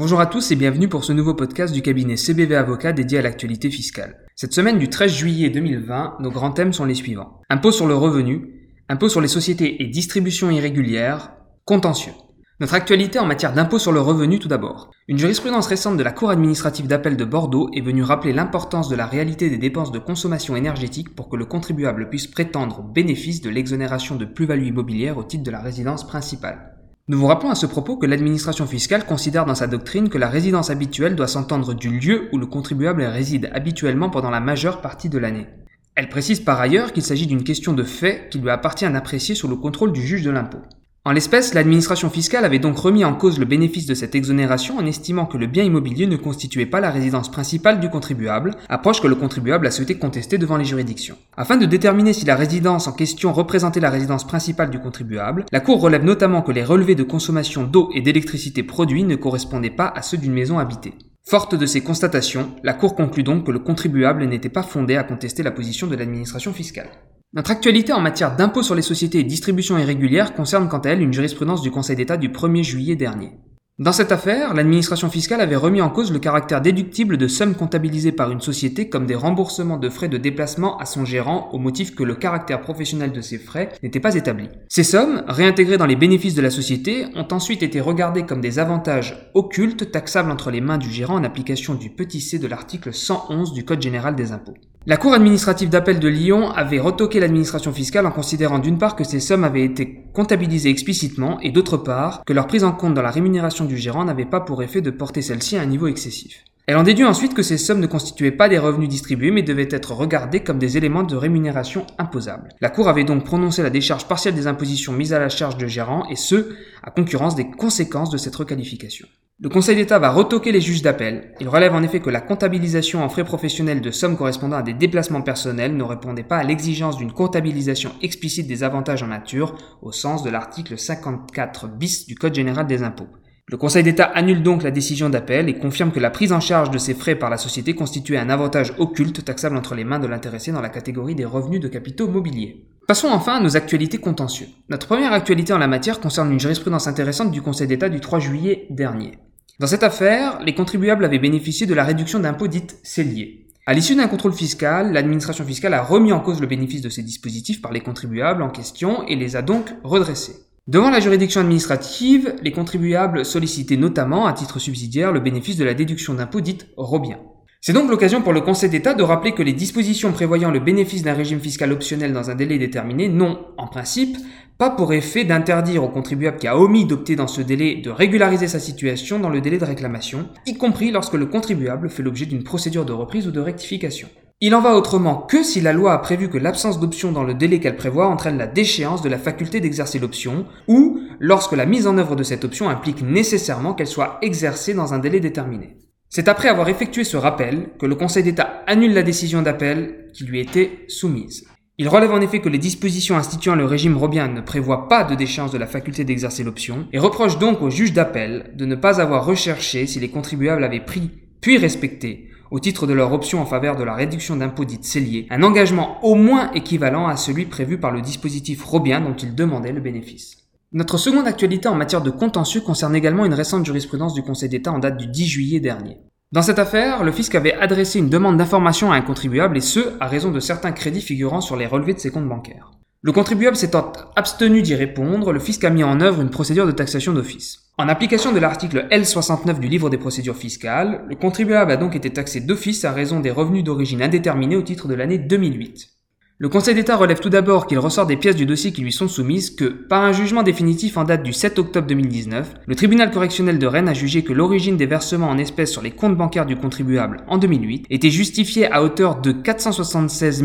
Bonjour à tous et bienvenue pour ce nouveau podcast du cabinet CBV Avocat dédié à l'actualité fiscale. Cette semaine du 13 juillet 2020, nos grands thèmes sont les suivants. Impôt sur le revenu, impôt sur les sociétés et distribution irrégulière, contentieux. Notre actualité en matière d'impôt sur le revenu tout d'abord. Une jurisprudence récente de la Cour administrative d'appel de Bordeaux est venue rappeler l'importance de la réalité des dépenses de consommation énergétique pour que le contribuable puisse prétendre au bénéfice de l'exonération de plus-value immobilière au titre de la résidence principale. Nous vous rappelons à ce propos que l'administration fiscale considère dans sa doctrine que la résidence habituelle doit s'entendre du lieu où le contribuable réside habituellement pendant la majeure partie de l'année. Elle précise par ailleurs qu'il s'agit d'une question de fait qui lui appartient d'apprécier sous le contrôle du juge de l'impôt. En l'espèce, l'administration fiscale avait donc remis en cause le bénéfice de cette exonération en estimant que le bien immobilier ne constituait pas la résidence principale du contribuable, approche que le contribuable a souhaité contester devant les juridictions. Afin de déterminer si la résidence en question représentait la résidence principale du contribuable, la Cour relève notamment que les relevés de consommation d'eau et d'électricité produits ne correspondaient pas à ceux d'une maison habitée. Forte de ces constatations, la Cour conclut donc que le contribuable n'était pas fondé à contester la position de l'administration fiscale. Notre actualité en matière d'impôt sur les sociétés et distribution irrégulière concerne quant à elle une jurisprudence du Conseil d'État du 1er juillet dernier. Dans cette affaire, l'administration fiscale avait remis en cause le caractère déductible de sommes comptabilisées par une société comme des remboursements de frais de déplacement à son gérant au motif que le caractère professionnel de ces frais n'était pas établi. Ces sommes, réintégrées dans les bénéfices de la société, ont ensuite été regardées comme des avantages occultes taxables entre les mains du gérant en application du petit c de l'article 111 du Code général des impôts. La Cour administrative d'appel de Lyon avait retoqué l'administration fiscale en considérant d'une part que ces sommes avaient été comptabilisées explicitement et d'autre part que leur prise en compte dans la rémunération du gérant n'avait pas pour effet de porter celle-ci à un niveau excessif. Elle en déduit ensuite que ces sommes ne constituaient pas des revenus distribués mais devaient être regardées comme des éléments de rémunération imposables. La Cour avait donc prononcé la décharge partielle des impositions mises à la charge du gérant et ce, à concurrence des conséquences de cette requalification. Le Conseil d'État va retoquer les juges d'appel. Il relève en effet que la comptabilisation en frais professionnels de sommes correspondant à des déplacements personnels ne répondait pas à l'exigence d'une comptabilisation explicite des avantages en nature au sens de l'article 54 bis du Code général des impôts. Le Conseil d'État annule donc la décision d'appel et confirme que la prise en charge de ces frais par la société constituait un avantage occulte taxable entre les mains de l'intéressé dans la catégorie des revenus de capitaux mobiliers. Passons enfin à nos actualités contentieuses. Notre première actualité en la matière concerne une jurisprudence intéressante du Conseil d'État du 3 juillet dernier. Dans cette affaire, les contribuables avaient bénéficié de la réduction d'impôt dite cellier. À l'issue d'un contrôle fiscal, l'administration fiscale a remis en cause le bénéfice de ces dispositifs par les contribuables en question et les a donc redressés. Devant la juridiction administrative, les contribuables sollicitaient notamment, à titre subsidiaire, le bénéfice de la déduction d'impôt dite Robien. C'est donc l'occasion pour le Conseil d'État de rappeler que les dispositions prévoyant le bénéfice d'un régime fiscal optionnel dans un délai déterminé n'ont, en principe, pas pour effet d'interdire au contribuable qui a omis d'opter dans ce délai de régulariser sa situation dans le délai de réclamation, y compris lorsque le contribuable fait l'objet d'une procédure de reprise ou de rectification. Il en va autrement que si la loi a prévu que l'absence d'option dans le délai qu'elle prévoit entraîne la déchéance de la faculté d'exercer l'option, ou lorsque la mise en œuvre de cette option implique nécessairement qu'elle soit exercée dans un délai déterminé. C'est après avoir effectué ce rappel que le Conseil d'État annule la décision d'appel qui lui était soumise. Il relève en effet que les dispositions instituant le régime Robien ne prévoient pas de déchéance de la faculté d'exercer l'option et reproche donc au juge d'appel de ne pas avoir recherché si les contribuables avaient pris, puis respecté, au titre de leur option en faveur de la réduction d'impôt dite cellier, un engagement au moins équivalent à celui prévu par le dispositif Robien dont ils demandaient le bénéfice. Notre seconde actualité en matière de contentieux concerne également une récente jurisprudence du Conseil d'État en date du 10 juillet dernier. Dans cette affaire, le fisc avait adressé une demande d'information à un contribuable et ce, à raison de certains crédits figurant sur les relevés de ses comptes bancaires. Le contribuable s'étant abstenu d'y répondre, le fisc a mis en œuvre une procédure de taxation d'office. En application de l'article L69 du livre des procédures fiscales, le contribuable a donc été taxé d'office à raison des revenus d'origine indéterminée au titre de l'année 2008. Le Conseil d'État relève tout d'abord qu'il ressort des pièces du dossier qui lui sont soumises que, par un jugement définitif en date du 7 octobre 2019, le tribunal correctionnel de Rennes a jugé que l'origine des versements en espèces sur les comptes bancaires du contribuable en 2008 était justifiée à hauteur de 476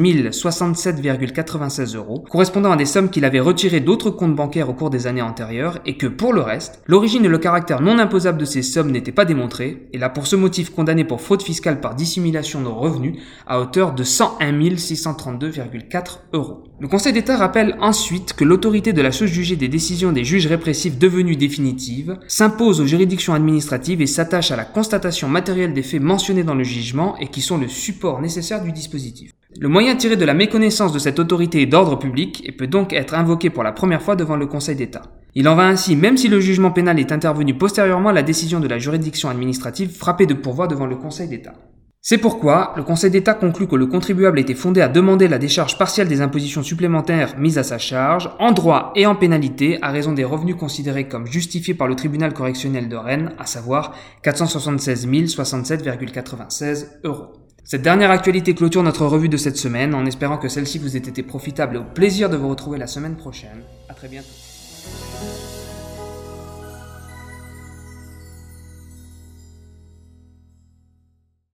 067,96 €, correspondant à des sommes qu'il avait retirées d'autres comptes bancaires au cours des années antérieures et que, pour le reste, l'origine et le caractère non imposable de ces sommes n'étaient pas démontrés et l'a pour ce motif condamné pour fraude fiscale par dissimulation de revenus à hauteur de 101 632,4 €. Le Conseil d'État rappelle ensuite que l'autorité de la chose jugée des décisions des juges répressifs devenues définitives s'impose aux juridictions administratives et s'attache à la constatation matérielle des faits mentionnés dans le jugement et qui sont le support nécessaire du dispositif. Le moyen tiré de la méconnaissance de cette autorité est d'ordre public et peut donc être invoqué pour la première fois devant le Conseil d'État. Il en va ainsi même si le jugement pénal est intervenu postérieurement à la décision de la juridiction administrative frappée de pourvoi devant le Conseil d'État. C'est pourquoi le Conseil d'État conclut que le contribuable était fondé à demander la décharge partielle des impositions supplémentaires mises à sa charge, en droit et en pénalité, à raison des revenus considérés comme justifiés par le tribunal correctionnel de Rennes, à savoir 476 067,96 €. Cette dernière actualité clôture notre revue de cette semaine, en espérant que celle-ci vous ait été profitable et au plaisir de vous retrouver la semaine prochaine. À très bientôt.